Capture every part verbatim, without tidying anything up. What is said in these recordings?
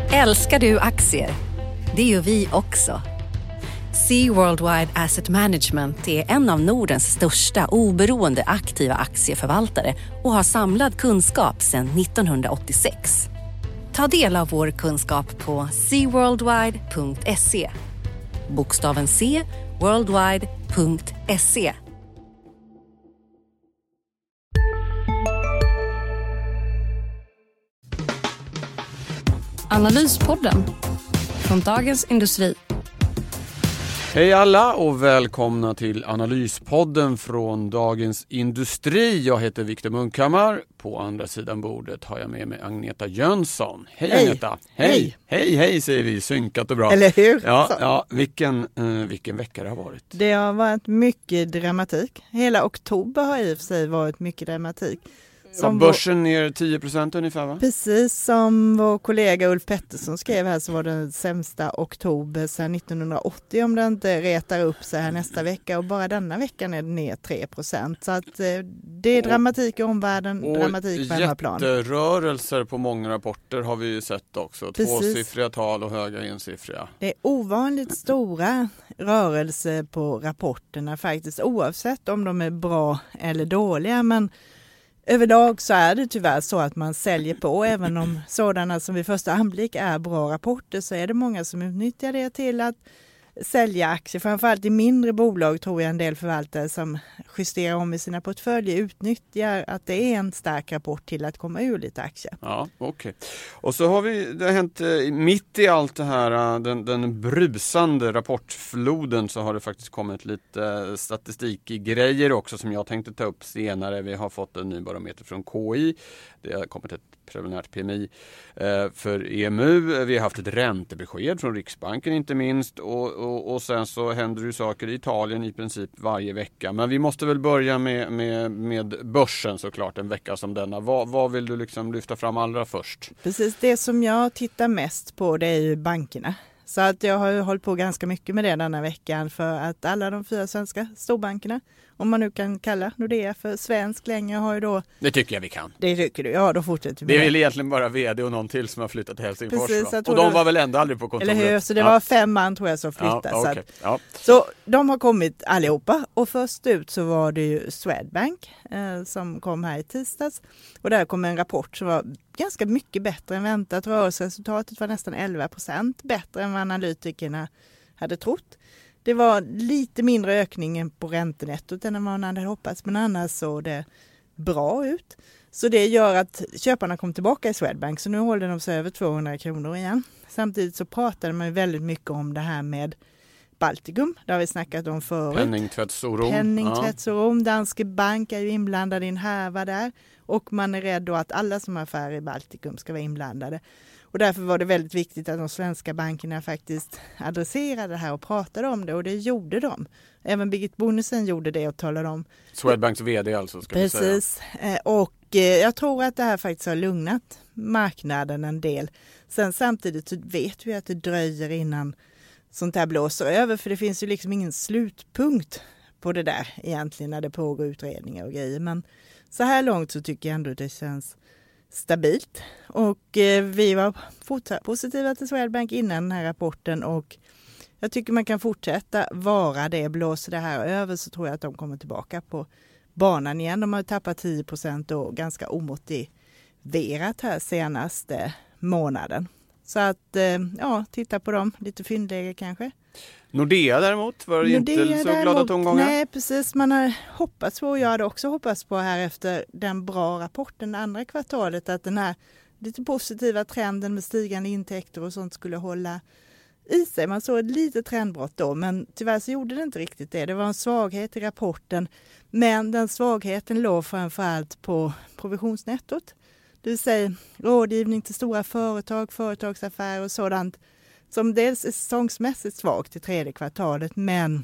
Älskar du aktier? Det gör vi också. Sea Worldwide Asset Management är en av Nordens största oberoende aktiva aktieförvaltare och har samlad kunskap sedan nittonhundraåttiosex. Ta del av vår kunskap på sea worldwide punkt se. Bokstaven C, worldwide punkt se. Analyspodden från Dagens Industri. Hej alla och välkomna till Analyspodden från Dagens Industri. Jag heter Viktor Munkhammar. På andra sidan bordet har jag med mig Agneta Jönsson. Hej, hej. Agneta. Hej. hej. Hej, hej säger vi. Synkat och bra. Eller hur? Ja, ja vilken, eh, vilken vecka det har varit. Det har varit mycket dramatik. Hela oktober har i och för sig varit mycket dramatik. Som ja, börsen ner tio procent ungefär, va? Precis som vår kollega Ulf Pettersson skrev här, så var det den sämsta oktober sedan nittonhundraåttio om det inte retar upp sig här nästa vecka. Och bara denna veckan är det ner tre procent. Så att eh, det är dramatik i omvärlden, och dramatik på hemmaplan. Jätterörelser på många rapporter har vi ju sett också. Precis. Tvåsiffriga tal och höga ensiffriga. Det är ovanligt stora rörelser på rapporterna faktiskt, oavsett om de är bra eller dåliga. Men överlag så är det tyvärr så att man säljer på, även om sådana som vid första anblick är bra rapporter, så är det många som utnyttjar det till att sälja aktier. Framförallt i mindre bolag tror jag en del förvaltare som justerar om i sina portföljer utnyttjar att det är en stark rapport till att komma ur lite aktier. Ja, okej. Okay. Och så har vi, det har hänt mitt i allt det här, den, den brusande rapportfloden, så har det faktiskt kommit lite statistikgrejer också som jag tänkte ta upp senare. Vi har fått en ny barometer från K I. Det har kommit ett preliminärt P M I eh, för E M U. Vi har haft ett räntebesked från Riksbanken inte minst. Och, och, och sen så händer det saker i Italien i princip varje vecka. Men vi måste väl börja med, med, med börsen såklart en vecka som denna. Vad, vad vill du liksom lyfta fram allra först? Precis, det som jag tittar mest på det är ju bankerna. Så att jag har ju hållit på ganska mycket med det denna veckan, för att alla de fyra svenska storbankerna, om man nu kan kalla Nordea för svensk längre, har ju då... Det tycker jag vi kan. Det tycker du, ja då fortsätter vi. Det är väl egentligen bara vd och någon till som har flyttat till Helsingfors. Precis, och de var väl ändå aldrig på kontoret. Eller hur, så det var ja. fem man tror jag som flyttade. Ja, okay. så, att, ja. så de har kommit allihopa, och först ut så var det ju Swedbank eh, som kom här i tisdags. Och där kom en rapport som var ganska mycket bättre än väntat. Rörelseresultatet var nästan elva procent bättre än vad analytikerna hade trott. Det var lite mindre ökning på räntenettot än vad man hade hoppats, men annars såg det bra ut. Så det gör att köparna kom tillbaka i Swedbank, så nu håller de sig över tvåhundra kronor igen. Samtidigt så pratade man väldigt mycket om det här med Baltikum, det har vi snackat om förut. Penningtvättsoron. Penningtvättsoron. Ja. Danske Bank är ju inblandad i en härva där, och man är rädd då att alla som har affärer i Baltikum ska vara inblandade. Och därför var det väldigt viktigt att de svenska bankerna faktiskt adresserade det här och pratade om det, och det gjorde de. Även Birgit Bonnesen gjorde det och talade om. Swedbanks vd alltså, ska vi säga. Precis, och jag tror att det här faktiskt har lugnat marknaden en del. Sen samtidigt så vet vi att det dröjer innan sånt här blåser över, för det finns ju liksom ingen slutpunkt på det där egentligen när det pågår utredningar och grejer. Men så här långt så tycker jag ändå det känns stabilt, och eh, vi var fortsatt positiva till Swedbank innan den här rapporten, och jag tycker man kan fortsätta vara det. Blåser det här över så tror jag att de kommer tillbaka på banan igen. De har tappat tio procent och ganska omotiverat här senaste månaden. Så att, eh, ja, titta på dem. Lite fyndläge kanske. Nordea däremot var det Nordea inte så däremot, glada tongångar. Nej, precis. Man har hoppats på, och jag hade också hoppats på här efter den bra rapporten det andra kvartalet, att den här lite positiva trenden med stigande intäkter och sånt skulle hålla i sig. Man såg ett litet trendbrott då, men tyvärr så gjorde det inte riktigt det. Det var en svaghet i rapporten, men den svagheten låg framförallt på provisionsnettot. Det vill säga rådgivning till stora företag, företagsaffärer och sådant, som dels är säsongsmässigt svagt i tredje kvartalet, men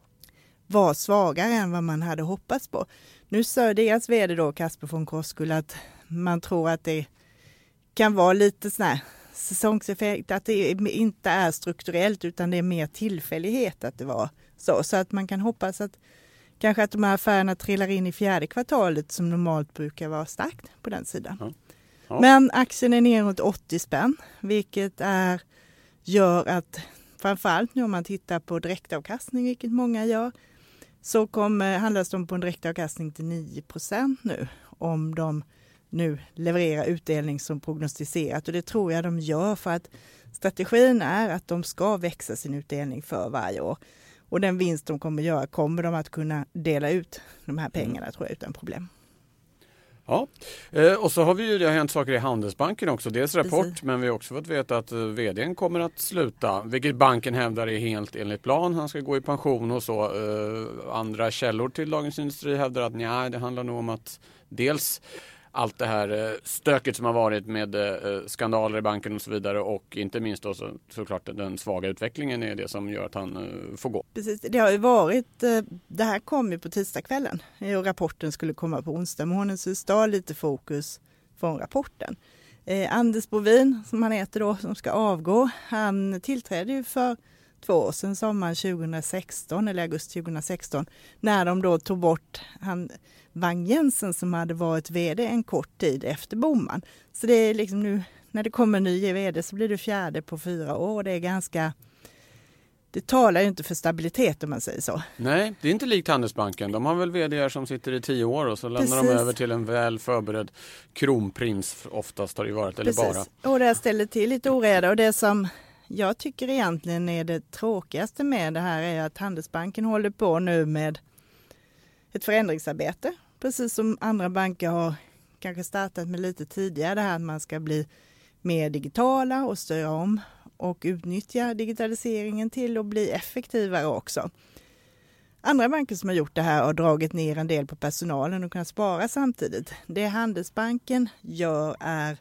var svagare än vad man hade hoppats på. Nu sa deras vd då, Kasper von Koskull, att man tror att det kan vara lite sån här säsongseffekt, att det inte är strukturellt utan det är mer tillfällighet att det var så. Så att man kan hoppas att kanske att de här affärerna trillar in i fjärde kvartalet som normalt brukar vara starkt på den sidan. Ja. Ja. Men aktien är ner runt åttio spänn, vilket är, gör att framförallt nu om man tittar på direktavkastning, vilket många gör, så kommer, handlas de på en direktavkastning till nio procent nu om de nu levererar utdelning som prognostiserat. Och det tror jag de gör för att strategin är att de ska växa sin utdelning för varje år. Och den vinst de kommer göra kommer de att kunna dela ut de här pengarna mm. tror jag utan problem. Ja, eh, och så har vi ju, det har hänt saker i Handelsbanken också. Dels rapport, Precis. Men vi har också fått veta att vdn kommer att sluta. Vilket banken hävdar är helt enligt plan. Han ska gå i pension och så. Eh, andra källor till Dagens Industri hävdar att nej, det handlar nog om att dels allt det här stöket som har varit med skandaler i banken och så vidare, och inte minst då så, såklart den svaga utvecklingen är det som gör att han får gå. Precis, det har ju varit, det här kom ju på tisdagskvällen och rapporten skulle komma på onsdag morgonen, så det står lite fokus från rapporten. Eh, Anders Bovin, som han heter då, som ska avgå, han tillträdde ju för två år sedan, sommaren tjugohundrasexton eller augusti tjugohundrasexton, när de då tog bort han Wang Jensen som hade varit vd en kort tid efter Boman. Så det är liksom nu, när det kommer en ny vd så blir det fjärde på fyra år, och det är ganska, det talar ju inte för stabilitet om man säger så. Nej, det är inte likt Handelsbanken. De har väl vd:ar som sitter i tio år och så lämnar Precis. de över till en väl förberedd kronprins, oftast har det varit, eller Precis. bara. Och det ställer till lite oreda, och det som jag tycker egentligen är det tråkigaste med det här är att Handelsbanken håller på nu med ett förändringsarbete, precis som andra banker har kanske startat med lite tidigare, det här att man ska bli mer digitala och styra om och utnyttja digitaliseringen till att bli effektivare också. Andra banker som har gjort det här har dragit ner en del på personalen och kan spara samtidigt. Det Handelsbanken gör är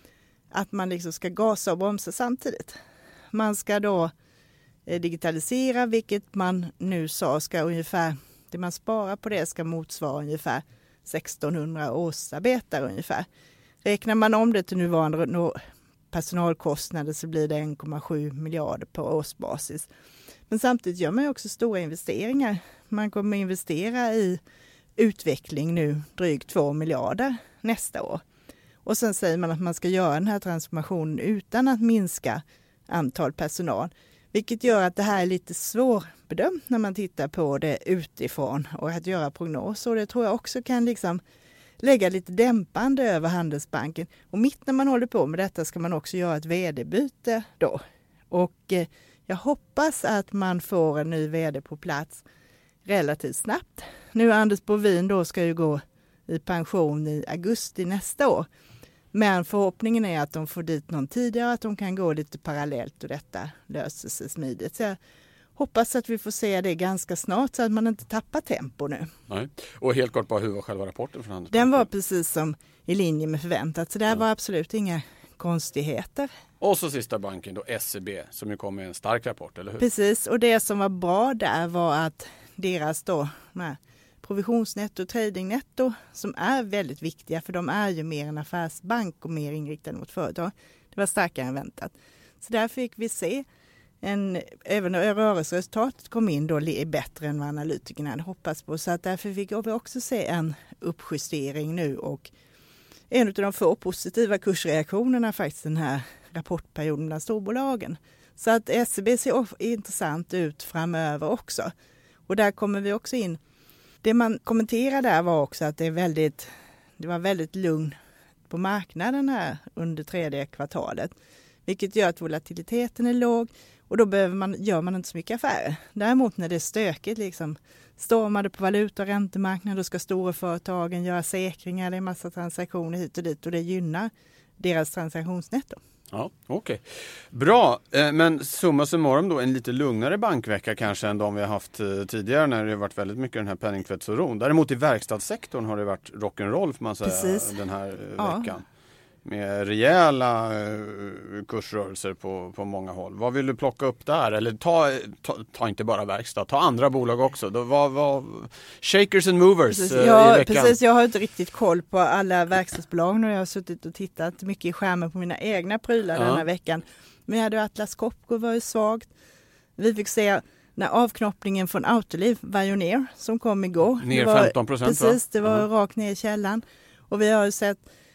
att man liksom ska gasa och bromsa samtidigt. Man ska då digitalisera, vilket man nu sa ska ungefär, det man sparar på det ska motsvara ungefär sextonhundra årsarbetare ungefär. Räknar man om det till nuvarande personalkostnader så blir det en komma sju miljarder på årsbasis. Men samtidigt gör man ju också stora investeringar. Man kommer investera i utveckling nu drygt två miljarder nästa år. Och sen säger man att man ska göra den här transformationen utan att minska antal personal. Vilket gör att det här är lite svårbedömt när man tittar på det utifrån och att göra prognoser. Och det tror jag också kan liksom lägga lite dämpande över Handelsbanken. Och mitt när man håller på med detta ska man också göra ett vd-byte då. Och eh, jag hoppas att man får en ny vd på plats relativt snabbt. Nu Anders Bovin då ska ju gå i pension i augusti nästa år. Men förhoppningen är att de får dit någon tidigare, att de kan gå lite parallellt och detta löser sig smidigt. Så jag hoppas att vi får se det ganska snart så att man inte tappar tempo nu. Nej. Och helt kort bara, hur var själva rapporten från Handelsbanken? Den var precis som i linje med förväntat, så det ja. var absolut inga konstigheter. Och så sista banken då, S E B, som ju kom med en stark rapport, eller hur? Precis, och det som var bra där var att deras då, nej, provisionsnetto och tradingnetto som är väldigt viktiga, för de är ju mer en affärsbank och mer inriktade mot företag. Det var starkare än väntat. Så där fick vi se en, även rörelseresultatet kom in då bättre än vad analytikerna hade hoppats på. Så att därför fick vi också se en uppjustering nu, och en av de få positiva kursreaktionerna faktiskt den här rapportperioden bland storbolagen. Så att S E B ser intressant ut framöver också. Och där kommer vi också in. Det man kommenterade där var också att det är väldigt, det var väldigt lugn på marknaden här under tredje kvartalet. Vilket gör att volatiliteten är låg, och då behöver man, gör man inte så mycket affärer. Däremot när det är stökigt, liksom, stormade på valuta- och räntemarknaden, då ska stora företagen göra säkringar, det är massa transaktioner hit och dit, och det gynnar deras transaktionsnetto. Ja, okej. Okay. Bra, men summa summarum då en lite lugnare bankvecka kanske än de vi har haft tidigare när det har varit väldigt mycket den här penningtvättsoron. Däremot i verkstadssektorn har det varit rock'n'roll får man säga. Precis. Den här ja. veckan. Med rejäla kursrörelser på, på många håll. Vad vill du plocka upp där? Eller ta, ta, ta inte bara verkstad, ta andra bolag också. Då, vad, vad, shakers and movers precis, eh, ja, i veckan. Precis, jag har inte riktigt koll på alla verkstadsbolag och jag har suttit och tittat mycket i skärmen på mina egna prylar ja. den här veckan. Men jag hade Atlas Copco var ju svagt. Vi fick se när avknoppningen från Autoliv var ju ner som kom igår. Ner var, femton procent. Precis, det var uh-huh. rakt ner i källan. Och vi har ju sett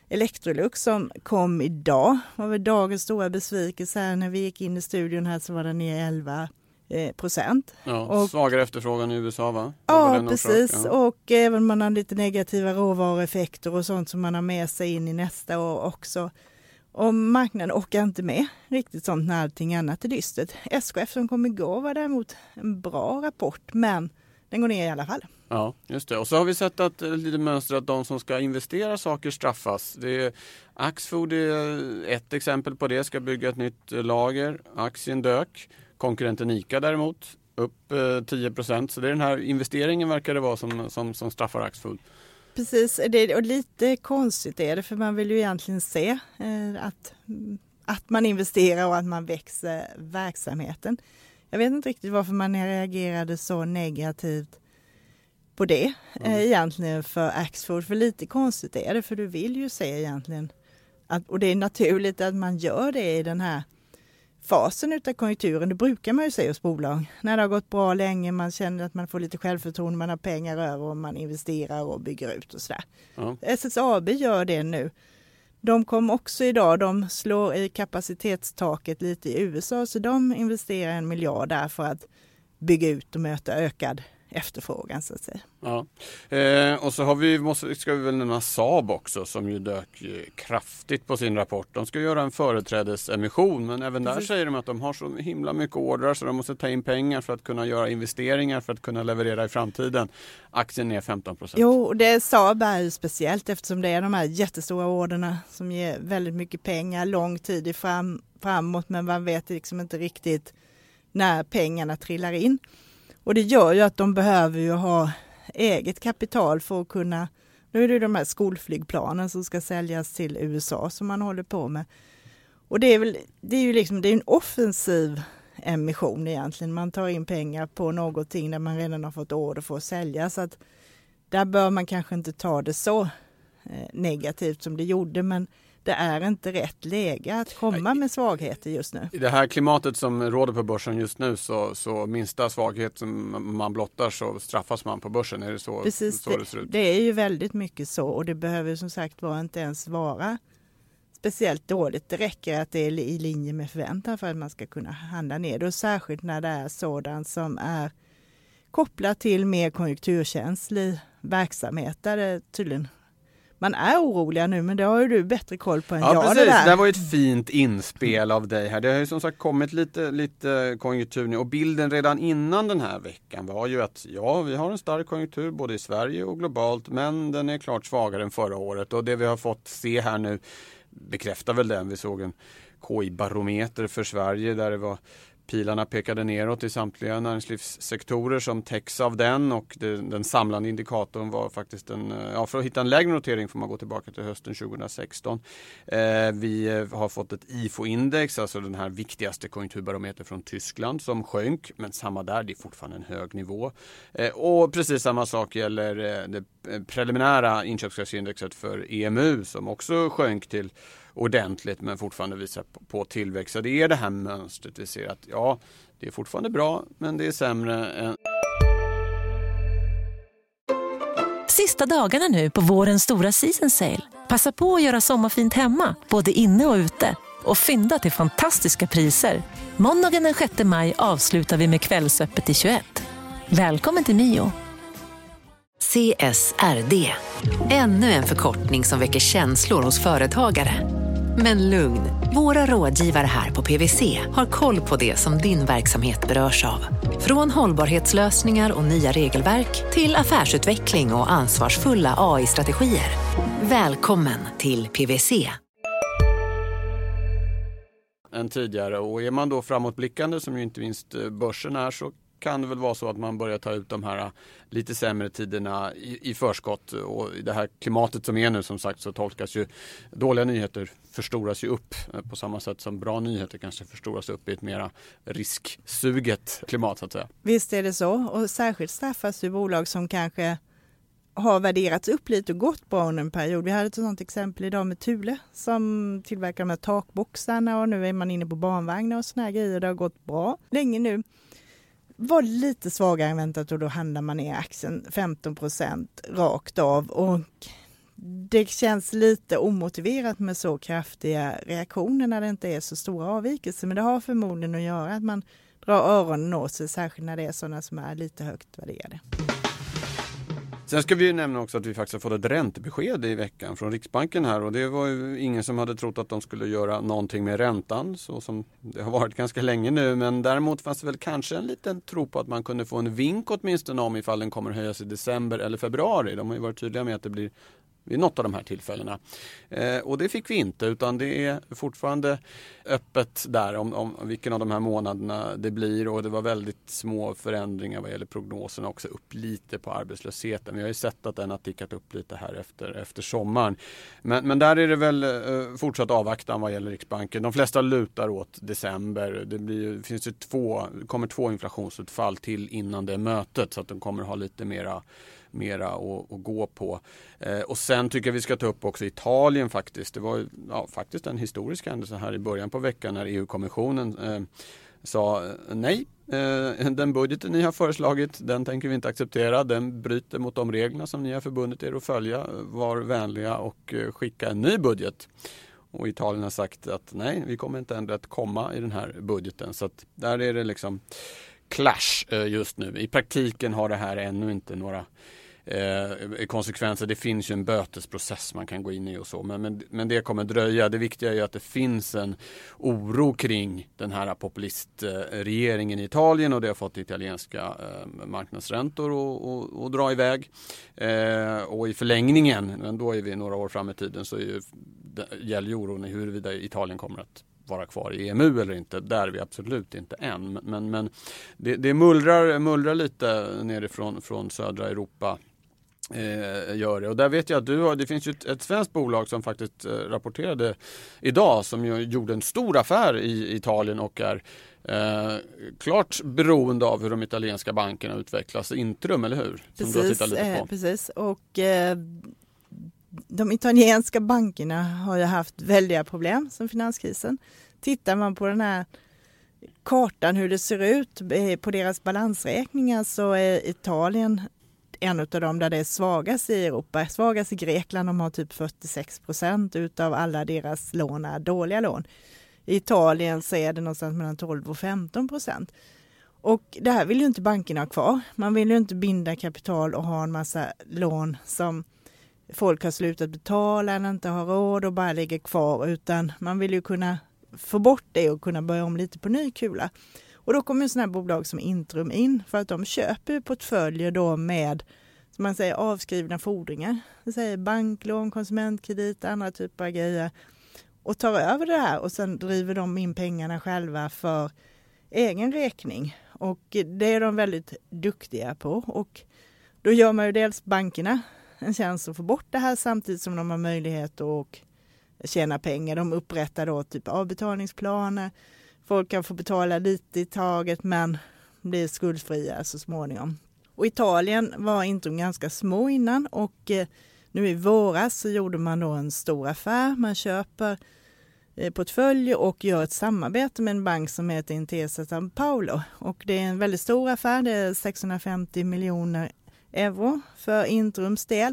Electrolux som kom idag. Det var väl dagens stora besvikelse här när vi gick in i studion här, så var den ner elva procent. Ja, och, svagare efterfrågan i U S A, va? Ja, precis. Ja. Och även om man har lite negativa råvarueffekter och sånt som man har med sig in i nästa år också. Och marknaden åker inte med riktigt sånt när allting annat är dystert. S K F som kom igår var däremot en bra rapport, men den går ner i alla fall. Ja, just det. Och så har vi sett att lite mönster att de som ska investera saker straffas. Det är, Axfood är ett exempel på det, ska bygga ett nytt lager. Aktien dök. Konkurrenten ICA däremot upp eh, tio procent. Så det är den här investeringen verkar det vara som, som, som straffar Axfood. Precis, det, och lite konstigt är det, för man vill ju egentligen se eh, att, att man investerar och att man växer verksamheten. Jag vet inte riktigt varför man reagerade så negativt på det mm. eh, egentligen för Axfood. För lite konstigt är det, för du vill ju se egentligen, att, och det är naturligt att man gör det i den här fasen utav konjunkturen. Det brukar man ju säga hos bolag. När det har gått bra länge, man känner att man får lite självförtroende, man har pengar över och man investerar och bygger ut och sådär. Ja. S S A B gör det nu. De kom också idag, de slår i kapacitetstaket lite i U S A, så de investerar en miljard där för att bygga ut och möta ökad efterfrågan, så att säga. Ja. Eh, och så har vi, måste, ska vi väl nämna Saab också, som ju dök kraftigt på sin rapport. De ska göra en företrädesemission, men även där Precis. säger de att de har så himla mycket ordrar så de måste ta in pengar för att kunna göra investeringar för att kunna leverera i framtiden. Aktien är femton procent. Jo, och det Saab är ju speciellt eftersom det är de här jättestora orderna som ger väldigt mycket pengar lång tid i fram, framåt, men man vet liksom inte riktigt när pengarna trillar in. Och det gör ju att de behöver ju ha eget kapital för att kunna, nu är det de här skolflygplanen som ska säljas till U S A som man håller på med. Och det är väl, det är ju liksom, det är en offensiv emission egentligen. Man tar in pengar på någonting där man redan har fått order för att sälja, så att där bör man kanske inte ta det så eh, negativt som det gjorde, men det är inte rätt läge att komma med svagheter just nu. I det här klimatet som råder på börsen just nu, så, så minsta svaghet som man blottar så straffas man på börsen. Är det så, Precis, så det, det ser ut? Det är ju väldigt mycket så, och det behöver som sagt var inte ens vara speciellt dåligt. Det räcker att det är i linje med förväntan för att man ska kunna handla ner det, och särskilt när det är sådant som är kopplat till mer konjunkturkänslig verksamhet där det tydligen man är oroliga nu, men det har ju du bättre koll på än ja, jag. Precis. Det där. Det där var ju ett fint inspel av dig här. Det har ju som sagt kommit lite, lite konjunktur nu, och bilden redan innan den här veckan var ju att ja, vi har en stark konjunktur både i Sverige och globalt, men den är klart svagare än förra året, och det vi har fått se här nu bekräftar väl den. Vi såg en K I-barometer för Sverige där det var pilarna pekade neråt i samtliga näringslivssektorer som täcks av den, och det, den samlande indikatorn var faktiskt en, ja, för att hitta en lägre notering får man gå tillbaka till hösten tjugohundrasexton. Eh, vi har fått ett I F O-index, alltså den här viktigaste konjunkturbarometern från Tyskland, som sjönk, men samma där, det är fortfarande en hög nivå. Eh, och precis samma sak gäller eh, det preliminära inköpschefsindexet för E M U som också sjönk till ordentligt, men fortfarande visar på, på tillväxt. Så det är det här mönstret vi ser, att ja, det är fortfarande bra, men det är sämre än... Sista dagarna nu på vårens stora season sale. Passa på att göra sommarfint hemma, både inne och ute. Och fynda till fantastiska priser. Måndagen den sjätte maj avslutar vi med Kvällsöppet i tjugoett. Välkommen till Mio. C S R D. Ännu en förkortning som väcker känslor hos företagare. Men lugn, våra rådgivare här på P W C har koll på det som din verksamhet berörs av. Från hållbarhetslösningar och nya regelverk till affärsutveckling och ansvarsfulla A I-strategier. Välkommen till P W C. Än tidigare, och är man då framåtblickande som ju inte minst börsen är, så kan det väl vara så att man börjar ta ut de här lite sämre tiderna i, i förskott, och i det här klimatet som är nu, som sagt, så tolkas ju dåliga nyheter förstoras ju upp på samma sätt som bra nyheter kanske förstoras upp i ett mera risksuget klimat, så att säga. Visst är det så, och särskilt straffas ju bolag som kanske har värderats upp lite och gått bra under en period. Vi hade ett sådant exempel idag med Thule som tillverkar de här takboxarna, och nu är man inne på barnvagnar och såna här grejer. Det har gått bra länge nu. Var lite svagare än väntat, och då handlar man ner aktien femton procent rakt av, och det känns lite omotiverat med så kraftiga reaktioner när det inte är så stora avvikelser. Men det har förmodligen att göra att man drar öronen åt sig, särskilt när det är sådana som är lite högt värderade. Sen ska vi ju nämna också att vi faktiskt har fått ett räntebesked i veckan från Riksbanken här, och det var ju ingen som hade trott att de skulle göra någonting med räntan så som det har varit ganska länge nu, men däremot fanns det väl kanske en liten tro på att man kunde få en vink åtminstone om ifall den kommer höjas i december eller februari. De har ju varit tydliga med att det blir vid något av de här tillfällena. Eh, och det fick vi inte, utan det är fortfarande öppet där om, om vilken av de här månaderna det blir, och det var väldigt små förändringar vad gäller prognoserna också, upp lite på arbetslösheten. Vi har ju sett att den har tickat upp lite här efter, efter sommaren. Men, men där är det väl eh, fortsatt avvaktan vad gäller Riksbanken. De flesta lutar åt december. Det blir, finns ju två, kommer två inflationsutfall till innan det mötet, så att de kommer ha lite mera mera att, att gå på. Eh, och sen tycker jag vi ska ta upp också Italien faktiskt. Det var ja, faktiskt en historisk händelse här i början på veckan när E U-kommissionen eh, sa nej. Eh, den budgeten ni har föreslagit, den tänker vi inte acceptera. Den bryter mot de reglerna som ni har förbundit er att följa. Var vänliga och eh, skicka en ny budget. Och Italien har sagt att nej, vi kommer inte ändå att komma i den här budgeten. Så att där är det liksom clash eh, just nu. I praktiken har det här ännu inte några Eh, konsekvenser. Det finns ju en bötesprocess man kan gå in i och så, men, men, men det kommer dröja. Det viktiga är ju att det finns en oro kring den här populistregeringen i Italien, och det har fått italienska eh, marknadsräntor och, och, och dra iväg. Eh, och i förlängningen, men då är vi några år fram i tiden, så är ju, det gäller ju oron i huruvida Italien kommer att vara kvar i E M U eller inte. Där är vi absolut inte än. Men, men, men det, det mullrar, mullrar lite nerifrån från södra Europa. Eh, gör det. Och där vet jag att du har, det finns ju ett, ett svenskt bolag som faktiskt eh, rapporterade idag, som ju gjorde en stor affär i Italien och är eh, klart beroende av hur de italienska bankerna utvecklas. Intrum, eller hur? Som precis, du har tittat lite på. Eh, precis. Och eh, de italienska bankerna har ju haft väldiga problem som finanskrisen. Tittar man på den här kartan hur det ser ut eh, på deras balansräkningar, så är Italien en av dem där det är svagast i Europa. Svagast i Grekland, de har typ fyrtiosex procent utav alla deras lån är dåliga lån. I Italien så är det någonstans mellan tolv och femton procent. Och det här vill ju inte bankerna ha kvar. Man vill ju inte binda kapital och ha en massa lån som folk har slutat betala eller inte har råd och bara ligger kvar, utan man vill ju kunna få bort det och kunna börja om lite på ny kula. Och då kommer ju sådana här bolag som Intrum in, för att de köper portföljer då med, som man säger, avskrivna fordringar. Det säger banklån, konsumentkredit, andra typer av grejer. Och tar över det här och sen driver de in pengarna själva för egen räkning. Och det är de väldigt duktiga på. Och då gör man ju dels bankerna en chans att få bort det här, samtidigt som de har möjlighet att tjäna pengar. De upprättar då typ avbetalningsplaner. Folk kan få betala lite i taget men blir skuldfria så småningom. Och Italien var inte ganska små innan, och eh, nu i våras så gjorde man då en stor affär. Man köper eh, portföljer och gör ett samarbete med en bank som heter Intesa San Paolo. Och det är en väldigt stor affär, det är sexhundrafemtio miljoner euro för Intrums del.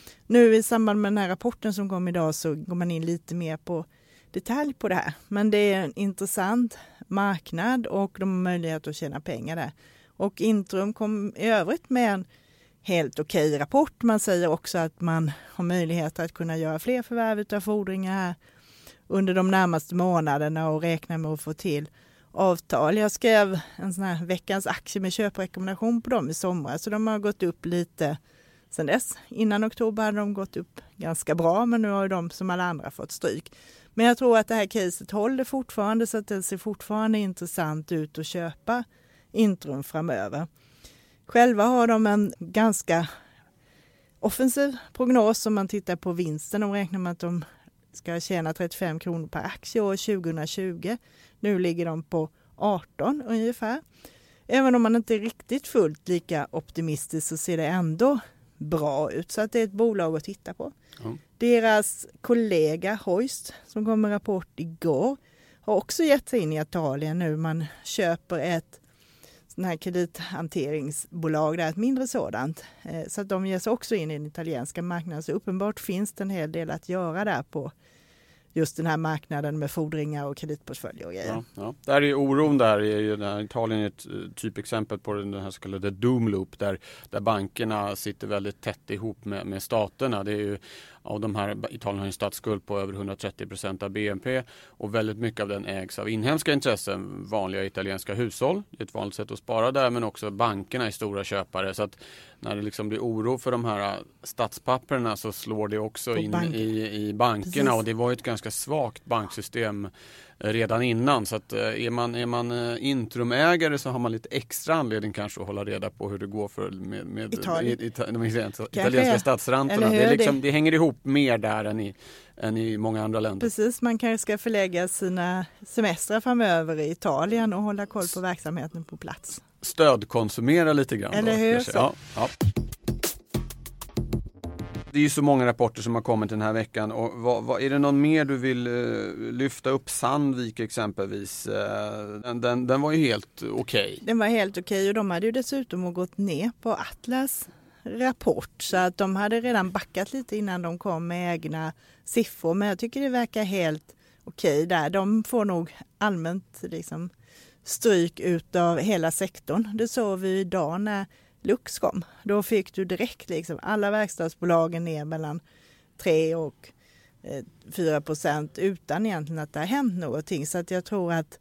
Nu i samband med den här rapporten som kom idag så går man in lite mer på detalj på det här. Men det är en intressant marknad och de har möjlighet att tjäna pengar där. Och Intrum kom i övrigt med en helt okej rapport. Man säger också att man har möjlighet att kunna göra fler förvärv av fordringar här under de närmaste månaderna och räkna med att få till avtal. Jag skrev en sån här veckans aktie med köprekommendation på dem i somras, så de har gått upp lite sedan dess. Innan oktober hade de gått upp ganska bra, men nu har de som alla andra fått stryk. Men jag tror att det här caset håller fortfarande, så att det ser fortfarande intressant ut att köpa Intrum framöver. Själva har de en ganska offensiv prognos om man tittar på vinsten. De räknar med att de ska tjäna trettiofem kronor per aktie år tjugohundratjugo. Nu ligger de på arton ungefär. Även om man inte är riktigt fullt lika optimistisk så ser det ändå bra ut. Så att det är ett bolag att titta på. Mm. Deras kollega Hoist, som kom med rapport igår, har också gett sig in i Italien nu. Man köper ett sådana här kredithanteringsbolag, det är ett mindre sådant. Så att de ger sig också in i den italienska marknaden. Så uppenbart finns det en hel del att göra där på just den här marknaden med fordringar och kreditportföljer och grejer. Ja, ja. Där är oron där, är ju där Italien är ett typexempel på den här så kallade doom loop där, där bankerna sitter väldigt tätt ihop med, med staterna. Det är ju, av de här, Italien har en statsskuld på över hundratrettio procent av B N P och väldigt mycket av den ägs av inhemska intressen, vanliga italienska hushåll. Det är ett vanligt sätt att spara där, men också bankerna är stora köpare. Så att när det liksom blir oro för de här statspapperna så slår det också in i, i bankerna. Precis. Och det var ett ganska svagt banksystem redan innan. Så att är man, är man intrumägare så har man lite extra anledning kanske att hålla reda på hur det går för med, med Italien. i, ita, de italienska statsräntorna. Det, är liksom, det hänger ihop mer där än i, än i många andra länder. Precis, man kanske ska förlägga sina semestrar framöver i Italien och hålla koll på verksamheten på plats. Stödkonsumera lite grann. Eller då, hur? kanske. Ja, ja. Det är ju så många rapporter som har kommit den här veckan. Och vad, vad, är det någon mer du vill uh, lyfta upp? Sandvik exempelvis. Uh, den, den, den var ju helt okej. Okay. Den var helt okej okay, och de hade ju dessutom gått ner på Atlas rapport. Så att de hade redan backat lite innan de kom med egna siffror. Men jag tycker det verkar helt okej okay där. De får nog allmänt liksom stryk ut av hela sektorn. Det såg vi idag när Lux kom. Då fick du direkt liksom alla verkstadsbolagen ner mellan tre och fyra procent utan egentligen att det har hänt någonting. Så att jag tror att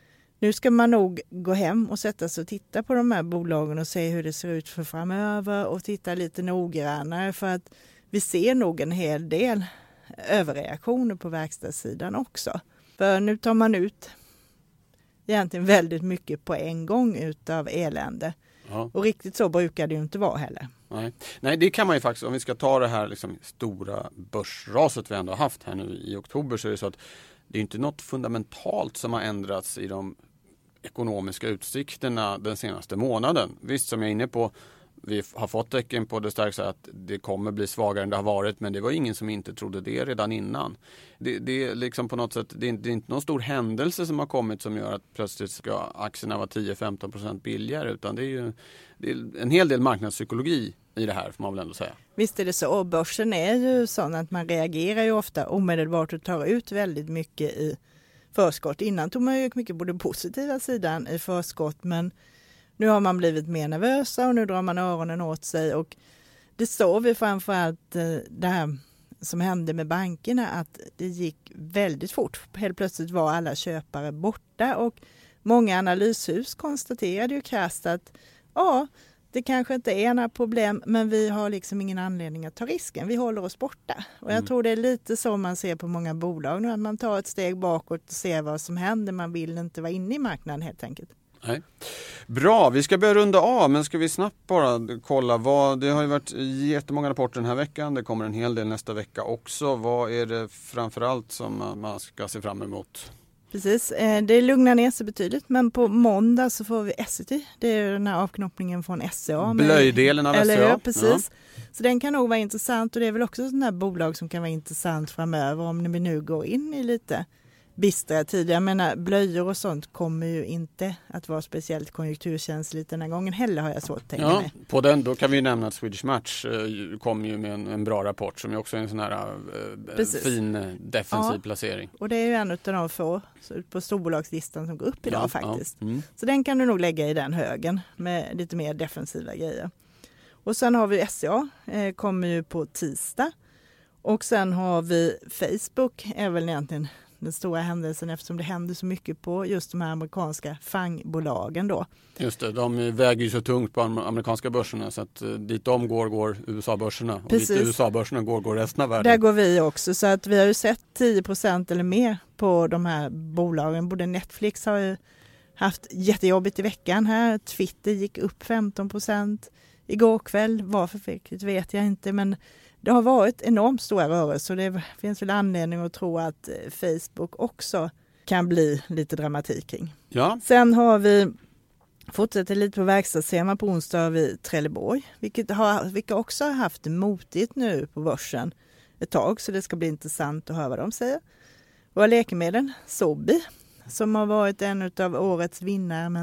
nu ska man nog gå hem och sätta sig och titta på de här bolagen och se hur det ser ut för framöver och titta lite noggrannare för att vi ser nog en hel del överreaktioner på verkstadssidan också. För nu tar man ut egentligen väldigt mycket på en gång utav elände. Ja. Och riktigt så brukar det ju inte vara heller. Nej. Nej, det kan man ju faktiskt, om vi ska ta det här liksom stora börsraset vi ändå har haft här nu i oktober, så är det så att det är inte något fundamentalt som har ändrats i de ekonomiska utsikterna den senaste månaden. Visst, som jag är inne på, vi har fått tecken på det starkt så att det kommer bli svagare än det har varit, men det var ingen som inte trodde det redan innan. Det, det är liksom på något sätt, det är, det är inte någon stor händelse som har kommit som gör att plötsligt ska aktierna vara tio till femton procent billigare, utan det är ju det är en hel del marknadspsykologi i det här, får man väl ändå säga. Visst är det så, och börsen är ju sån att man reagerar ju ofta omedelbart och tar ut väldigt mycket i förskott. Innan tog man ju mycket på den positiva sidan i förskott, men nu har man blivit mer nervösa och nu drar man öronen åt sig, och det såg vi framförallt det här som hände med bankerna, att det gick väldigt fort. Helt plötsligt var alla köpare borta och många analyshus konstaterade ju krasst att ja, det kanske inte är några problem, men vi har liksom ingen anledning att ta risken. Vi håller oss borta. Och jag mm. tror det är lite så man ser på många bolag nu, att man tar ett steg bakåt och ser vad som händer. Man vill inte vara inne i marknaden helt enkelt. Nej. Bra, vi ska börja runda av, men ska vi snabbt bara kolla vad, det har ju varit jättemånga rapporter den här veckan, det kommer en hel del nästa vecka också. Vad är det framförallt som man ska se fram emot? Precis, det lugnar ner sig betydligt, men på måndag så får vi Essity, det är den här avknoppningen från S C A. Blöjdelen av S C A. Eller hur, precis. Ja. Så den kan nog vara intressant, och det är väl också sådana här bolag som kan vara intressant framöver om vi nu går in i lite bistra tider. Jag menar, blöjor och sånt kommer ju inte att vara speciellt konjunkturkänsligt den här gången heller, har jag svårt att tänka ja, mig. På den, då kan vi nämna att Swedish Match eh, kom ju med en, en bra rapport som är också en sån här eh, fin defensiv ja, placering. Och det är ju en av de få på storbolagslistan som går upp idag ja, faktiskt. Ja, mm. Så den kan du nog lägga i den högen med lite mer defensiva grejer. Och sen har vi S C A, eh, kommer ju på tisdag. Och sen har vi Facebook, är väl egentligen den stora händelsen eftersom det händer så mycket på just de här amerikanska fangbolagen då. Just det, de väger ju så tungt på amerikanska börserna så att dit de går, går U S A-börserna. Och dit U S A-börserna går, går resten av världen. Där går vi också, så att vi har ju sett tio procent eller mer på de här bolagen. Både Netflix har ju haft jättejobbigt i veckan här. Twitter gick upp femton procent. Igår kväll, varför fick det vet jag inte, men det har varit enormt stora rörelser, så det finns väl anledning att tro att Facebook också kan bli lite dramatik kring. Ja. Sen har vi, fortsätter lite på verkstadstema, på onsdag har vi Trelleborg, vilket, har, vilket också har haft motigt nu på börsen ett tag, så det ska bli intressant att höra vad de säger. Våra läkemedel, Sobi, som har varit en av årets vinnare, men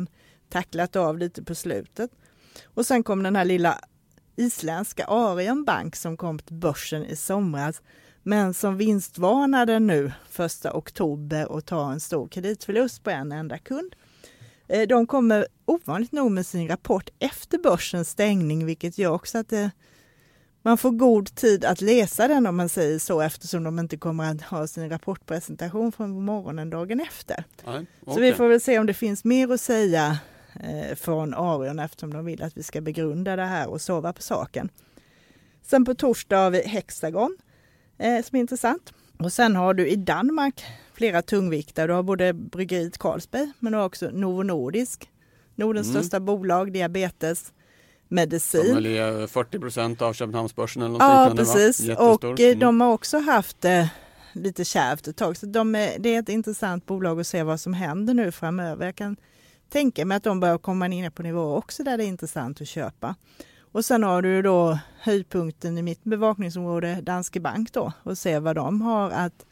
tacklat av lite på slutet. Och sen kom den här lilla isländska Arion Bank som kom till börsen i somras, men som vinstvarnade nu första oktober och tar en stor kreditförlust på en enda kund. De kommer ovanligt nog med sin rapport efter börsens stängning, vilket gör också att det, man får god tid att läsa den, om man säger så, eftersom de inte kommer att ha sin rapportpresentation från morgonen dagen efter. Nej, okay. Så vi får väl se om det finns mer att säga eh, från Arion, eftersom de vill att vi ska begrunda det här och sova på saken. Sen på torsdag har vi Hexagon eh, som är intressant. Och sen har du i Danmark flera tungviktare. Du har både bryggeriet Carlsberg, men du har också Novo Nordisk, Nordens mm. största bolag, diabetes, medicin. De är fyrtio procent av Köpenhamnsbörsen eller något ja, liknande. Precis. Och mm. de har också haft eh, lite kärvt ett tag. Så de är, det är ett intressant bolag att se vad som händer nu framöver. Jag kan tänka mig att de börjar komma in på nivåer också där det är intressant att köpa. Och sen har du då höjdpunkten i mitt bevakningsområde, Danske Bank då, och se vad de har att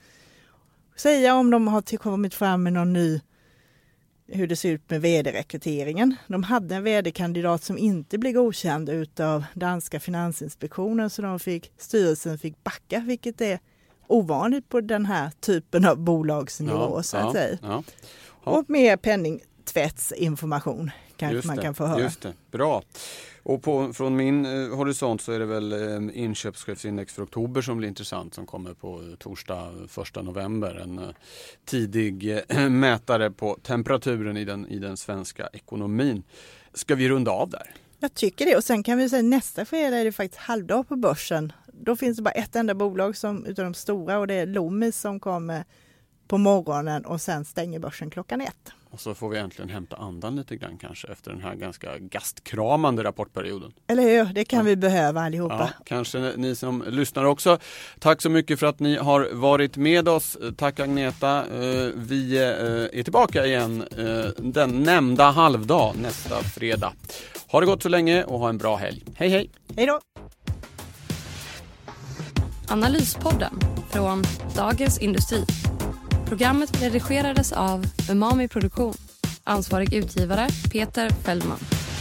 säga, om de har kommit fram med någon ny, hur det ser ut med vd-rekryteringen. De hade en vd-kandidat som inte blev godkänd utav danska finansinspektionen, så de fick, styrelsen fick backa, vilket är ovanligt på den här typen av bolagsnivå, ja, så att ja, säga. Ja, ja. Och mer penningtvättsinformation kanske just man kan få höra. Just det, bra. Och på, från min eh, horisont så är det väl eh, inköpschefsindex för oktober som blir intressant, som kommer på eh, torsdag första november. En eh, tidig eh, mätare på temperaturen i den, i den svenska ekonomin. Ska vi runda av där? Jag tycker det, och sen kan vi säga nästa fredag är det faktiskt halvdag på börsen. Då finns det bara ett enda bolag som, utav de stora, och det är Loomis som kommer på morgonen och sen stänger börsen klockan ett. Och så får vi äntligen hämta andan lite grann kanske efter den här ganska gastkramande rapportperioden. Eller hur? Det kan ja. vi behöva allihopa. Ja, kanske ni som lyssnar också. Tack så mycket för att ni har varit med oss. Tack Agneta. Vi är tillbaka igen den nämnda halvdag nästa fredag. Ha det gott så länge och ha en bra helg. Hej hej! Hej då! Analyspodden från Dagens Industri. Programmet redigerades av Umami Produktion. Ansvarig utgivare Peter Fällman.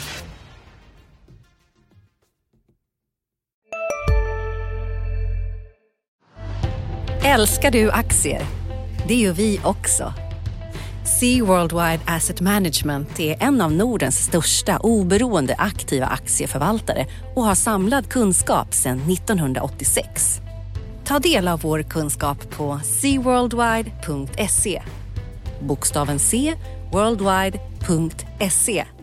Älskar du aktier? Det gör vi också. Sea Worldwide Asset Management är en av Nordens största oberoende aktiva aktieförvaltare och har samlad kunskap sedan nittonhundraåttiosex. Ta del av vår kunskap på sea worldwide punkt se. Bokstaven C, worldwide punkt se.